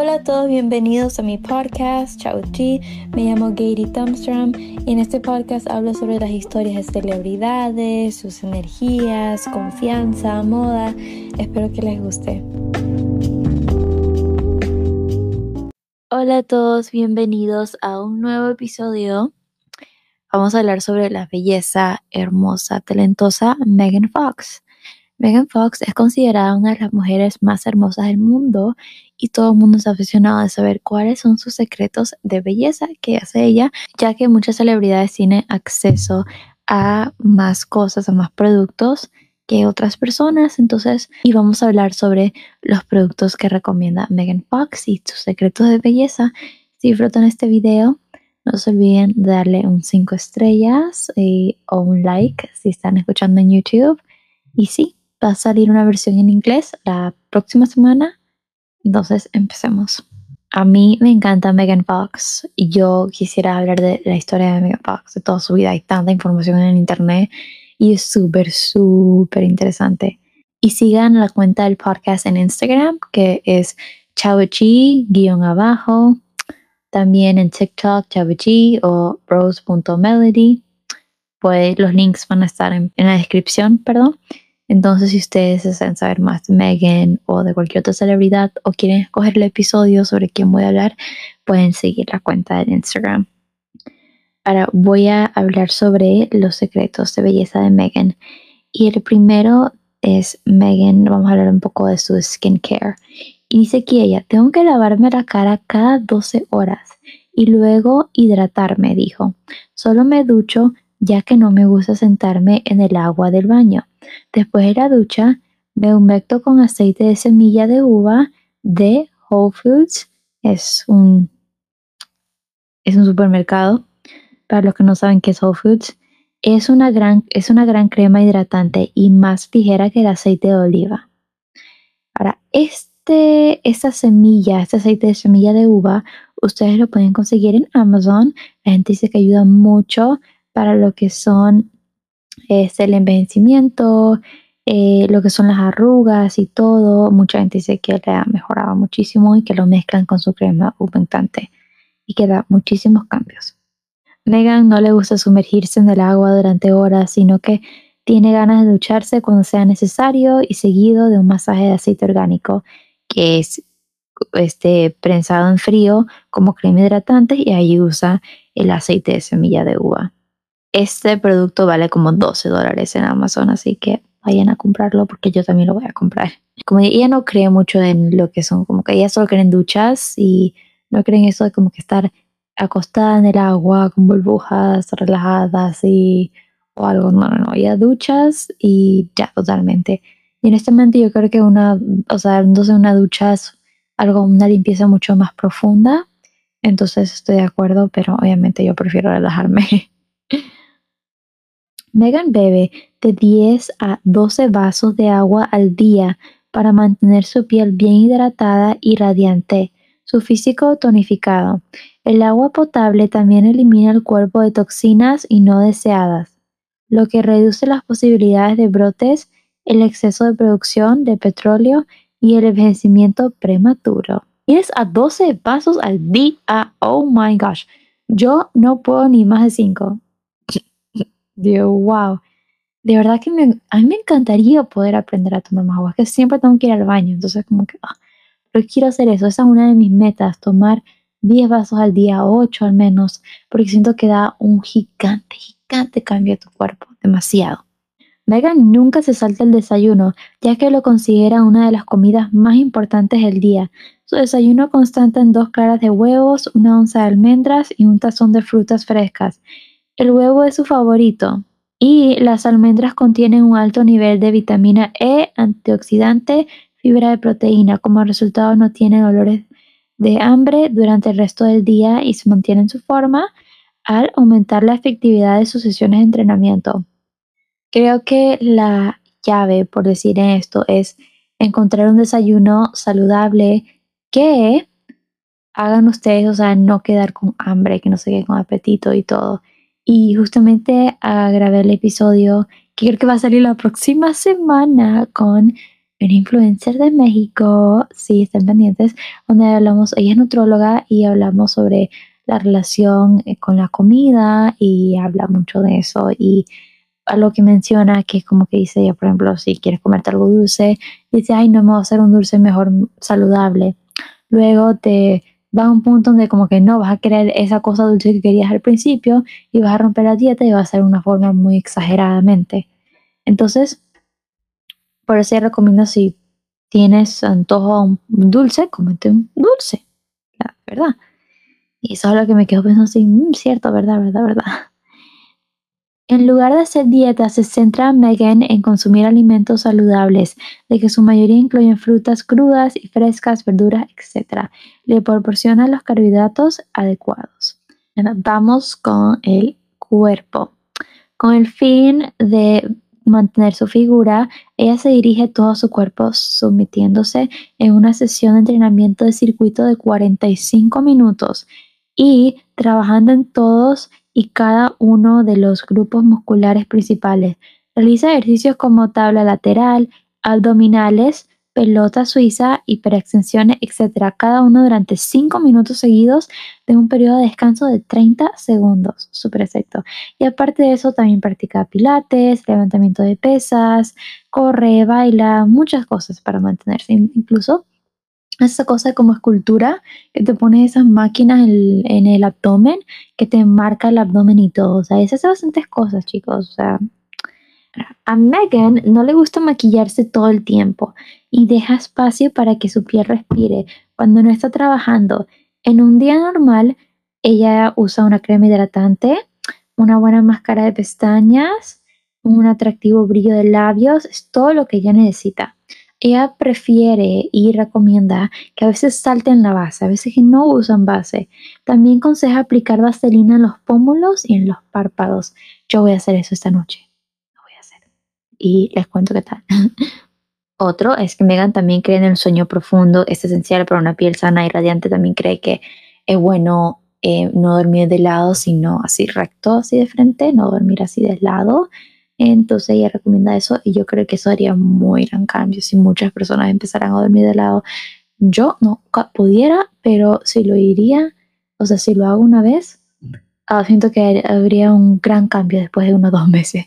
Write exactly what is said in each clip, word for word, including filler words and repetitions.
Hola a todos, bienvenidos a mi podcast, Chao Chi. Me llamo Gady Thumstrom y en este podcast hablo sobre las historias de celebridades, sus energías, confianza, moda. Espero que les guste. Hola a todos, bienvenidos a un nuevo episodio. Vamos a hablar sobre la belleza, hermosa, talentosa Megan Fox. Megan Fox es considerada una de las mujeres más hermosas del mundo y todo el mundo está aficionado de saber cuáles son sus secretos de belleza que hace ella, ya que muchas celebridades tienen acceso a más cosas, a más productos que otras personas. Entonces, y vamos a hablar sobre los productos que recomienda Megan Fox y sus secretos de belleza. Si disfrutan este video, no se olviden de darle un cinco estrellas y, o un like si están escuchando en YouTube. Y sí, va a salir una versión en inglés la próxima semana. Entonces empecemos. A mí me encanta Megan Fox y yo quisiera hablar de la historia de Megan Fox, de toda su vida. Hay tanta información en internet y es súper, súper interesante. Y sigan la cuenta del podcast en Instagram, que es chaochi guión abajo. También en TikTok, chaochi o rose.melody. Pues los links van a estar en, en la descripción, perdón. Entonces, si ustedes desean saber más de Megan o de cualquier otra celebridad o quieren escoger el episodio sobre quién voy a hablar, pueden seguir la cuenta de Instagram. Ahora voy a hablar sobre los secretos de belleza de Megan. Y el primero es Megan, vamos a hablar un poco de su skincare. Y dice aquí ella, tengo que lavarme la cara cada doce horas y luego hidratarme, dijo. Solo me ducho ya que no me gusta sentarme en el agua del baño. Después de la ducha, me humecto con aceite de semilla de uva de Whole Foods. Es un, es un supermercado. Para los que no saben qué es Whole Foods, es una gran, es una gran crema hidratante y más ligera que el aceite de oliva. Ahora, este, esta semilla, este aceite de semilla de uva, ustedes lo pueden conseguir en Amazon. La gente dice que ayuda mucho para lo que son es el envejecimiento, eh, lo que son las arrugas y todo. Mucha gente dice que le ha mejorado muchísimo y que lo mezclan con su crema humectante y que da muchísimos cambios. Megan no le gusta sumergirse en el agua durante horas, sino que tiene ganas de ducharse cuando sea necesario y seguido de un masaje de aceite orgánico que es este, prensado en frío como crema hidratante y ahí usa el aceite de semilla de uva. Este producto vale como doce dólares en Amazon, así que vayan a comprarlo porque yo también lo voy a comprar. Como ella no cree mucho en lo que son, como que ella solo cree en duchas y no cree en eso de como que estar acostada en el agua con burbujas relajadas y o algo. No, no, no. Ella duchas y ya totalmente. Y honestamente yo creo que una, o sea, entonces una ducha es algo, una limpieza mucho más profunda. Entonces estoy de acuerdo, pero obviamente yo prefiero relajarme. Megan bebe de diez a doce vasos de agua al día para mantener su piel bien hidratada y radiante, su físico tonificado. El agua potable también elimina el cuerpo de toxinas y no deseadas, lo que reduce las posibilidades de brotes, el exceso de producción de petróleo y el envejecimiento prematuro. diez a doce vasos al día. Oh my gosh. Yo no puedo ni más de cinco. Dios, wow. De verdad que me, a mí me encantaría poder aprender a tomar más agua. Es que siempre tengo que ir al baño. Entonces como que, ah, pero quiero hacer eso. Esa es una de mis metas, tomar diez vasos al día, ocho al menos, porque siento que da un gigante, gigante cambio a tu cuerpo. Demasiado. Megan nunca se salta el desayuno, ya que lo considera una de las comidas más importantes del día. Su desayuno consta en dos claras de huevos, una onza de almendras y un tazón de frutas frescas. El huevo es su favorito y las almendras contienen un alto nivel de vitamina E, antioxidante, fibra de proteína. Como resultado no tiene dolores de hambre durante el resto del día y se mantiene en su forma al aumentar la efectividad de sus sesiones de entrenamiento. Creo que la llave, por decir esto, es encontrar un desayuno saludable que hagan ustedes, o sea, no quedar con hambre, que no se queden con apetito y todo. Y justamente ah, grabé el episodio que creo que va a salir la próxima semana con una influencer de México, sí, estén pendientes, donde hablamos, ella es nutróloga y hablamos sobre la relación eh, con la comida y habla mucho de eso y a lo que menciona que es como que dice ella, por ejemplo, si quieres comerte algo dulce, dice, ay, no me voy a hacer un dulce mejor saludable. Luego te va a un punto donde como que no vas a querer esa cosa dulce que querías al principio y vas a romper la dieta y va a ser una forma muy exageradamente. Entonces, por eso yo recomiendo si tienes antojo a un dulce, cómete un dulce, la verdad. Y eso es lo que me quedo pensando así, "Mm, cierto, verdad, verdad, verdad". En lugar de hacer dietas, se centra Megan en consumir alimentos saludables, de que su mayoría incluyen frutas crudas y frescas, verduras, etcétera. Le proporciona los carbohidratos adecuados. Bueno, vamos con el cuerpo. Con el fin de mantener su figura, ella se dirige todo su cuerpo sometiéndose en una sesión de entrenamiento de circuito de cuarenta y cinco minutos y trabajando en todos y cada uno de los grupos musculares principales. Realiza ejercicios como tabla lateral, abdominales, pelota suiza, hiperextensiones, etcétera, cada uno durante cinco minutos seguidos de un periodo de descanso de treinta segundos. Súper exacto. Y aparte de eso, también practica pilates, levantamiento de pesas, corre, baila, muchas cosas para mantenerse. Incluso esa cosa como escultura, que te pones esas máquinas en, en el abdomen, que te marca el abdomen y todo. O sea, ella hace bastantes cosas, chicos. O sea, a Megan no le gusta maquillarse todo el tiempo y deja espacio para que su piel respire cuando no está trabajando. En un día normal, ella usa una crema hidratante, una buena máscara de pestañas, un atractivo brillo de labios, es todo lo que ella necesita. Ella prefiere y recomienda que a veces salten la base, a veces que no usan base. También aconseja aplicar vaselina en los pómulos y en los párpados. Yo voy a hacer eso esta noche. Lo voy a hacer. Y les cuento qué tal. Otro es que Megan también cree en el sueño profundo, es esencial para una piel sana y radiante. También cree que es bueno eh, no dormir de lado, sino así recto, así de frente, no dormir así de lado. Entonces ella recomienda eso y yo creo que eso haría muy gran cambio si muchas personas empezaran a dormir de lado. Yo no pudiera, pero si lo iría, o sea, si lo hago una vez, ah, siento que habría un gran cambio después de unos dos meses.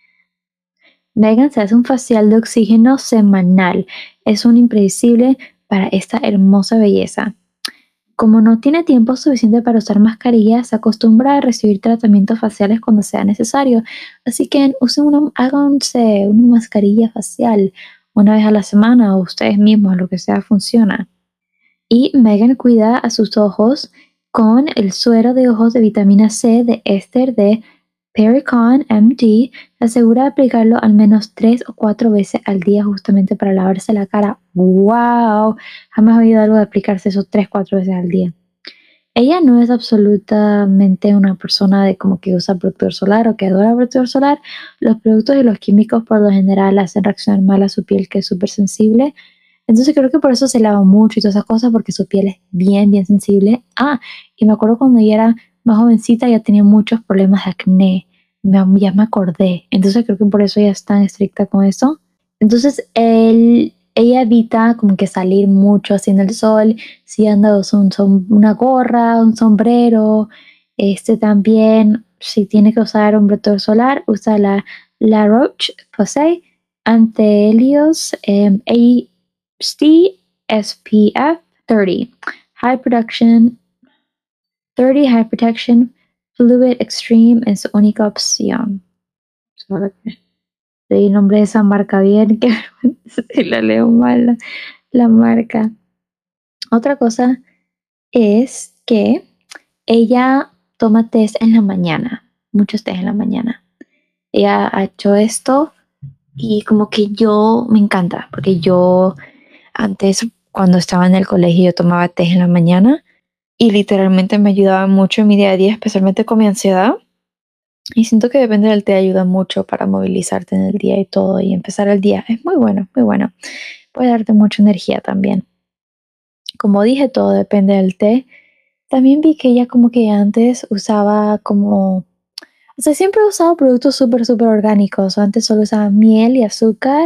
Megan se hace un facial de oxígeno semanal. Es un impredecible para esta hermosa belleza. Como no tiene tiempo suficiente para usar mascarilla, se acostumbra a recibir tratamientos faciales cuando sea necesario. Así que usen una, háganse una mascarilla facial una vez a la semana o ustedes mismos, lo que sea, funciona. Y Megan cuida a sus ojos con el suero de ojos de vitamina C de éster de Pericon M D. Se asegura de aplicarlo al menos tres o cuatro veces al día justamente para lavarse la cara. ¡Wow! Jamás he oído algo de aplicarse eso tres, cuatro veces al día. Ella no es absolutamente una persona de como que usa protector solar o que adora protector solar. Los productos y los químicos por lo general hacen reaccionar mal a su piel, que es súper sensible. Entonces creo que por eso se lava mucho y todas esas cosas, porque su piel es bien, bien sensible. Ah, y me acuerdo cuando ella era más jovencita, ya tenía muchos problemas de acné. Me, ya me acordé. Entonces creo que por eso ella es tan estricta con eso. Entonces él, ella evita como que salir mucho así en el sol. Si anda son, son una gorra, un sombrero. Este también, si tiene que usar un protector solar, usa la La Roche-Posay Anti-Helios um, S P F thirty, High Production thirty, High Protection, Fluid Extreme es su única opción. Solo que leí el nombre de esa marca bien, que si la leo mal la, la marca. Otra cosa es que ella toma test en la mañana, muchos test en la mañana. Ella ha hecho esto y como que yo me encanta, porque yo antes cuando estaba en el colegio yo tomaba té en la mañana y literalmente me ayudaba mucho en mi día a día, especialmente con mi ansiedad. Y siento que depende del té ayuda mucho para movilizarte en el día y todo y empezar el día. Es muy bueno, muy bueno. Puede darte mucha energía también. Como dije, todo depende del té. También vi que ella como que antes usaba como... O sea, siempre he usado productos súper, súper orgánicos. Antes solo usaba miel y azúcar,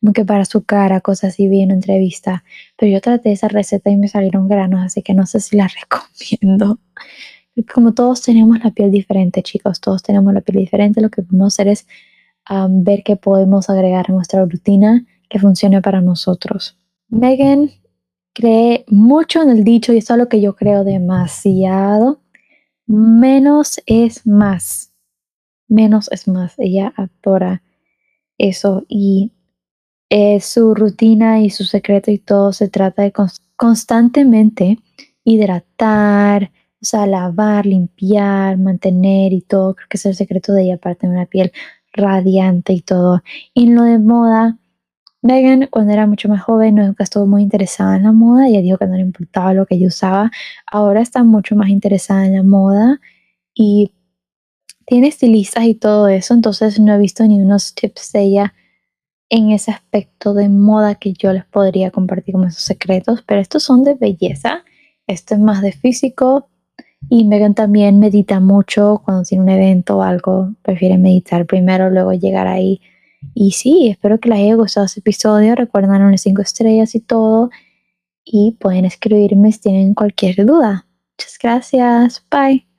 como que para su cara, cosas así, vi en una entrevista. Pero yo traté esa receta y me salieron granos, así que no sé si la recomiendo. Como todos tenemos la piel diferente, chicos, todos tenemos la piel diferente, lo que podemos hacer es um, ver qué podemos agregar a nuestra rutina que funcione para nosotros. Megan cree mucho en el dicho, y eso es lo que yo creo demasiado. Menos es más. Menos es más. Ella adora eso y eh, su rutina y su secreto y todo se trata de cons- constantemente hidratar, o sea, lavar, limpiar, mantener y todo. Creo que es el secreto de ella para tener una piel radiante y todo. Y en lo de moda, Megan, cuando era mucho más joven, nunca estuvo muy interesada en la moda. Ella dijo que no le importaba lo que ella usaba. Ahora está mucho más interesada en la moda y tiene estilistas y todo eso. Entonces no he visto ni unos tips de ella en ese aspecto de moda que yo les podría compartir como esos secretos. Pero estos son de belleza. Esto es más de físico. Y Megan también medita mucho cuando tiene un evento o algo. Prefiere meditar primero, luego llegar ahí. Y sí, espero que les haya gustado este episodio. Recuerden darle cinco estrellas y todo. Y pueden escribirme si tienen cualquier duda. Muchas gracias. Bye.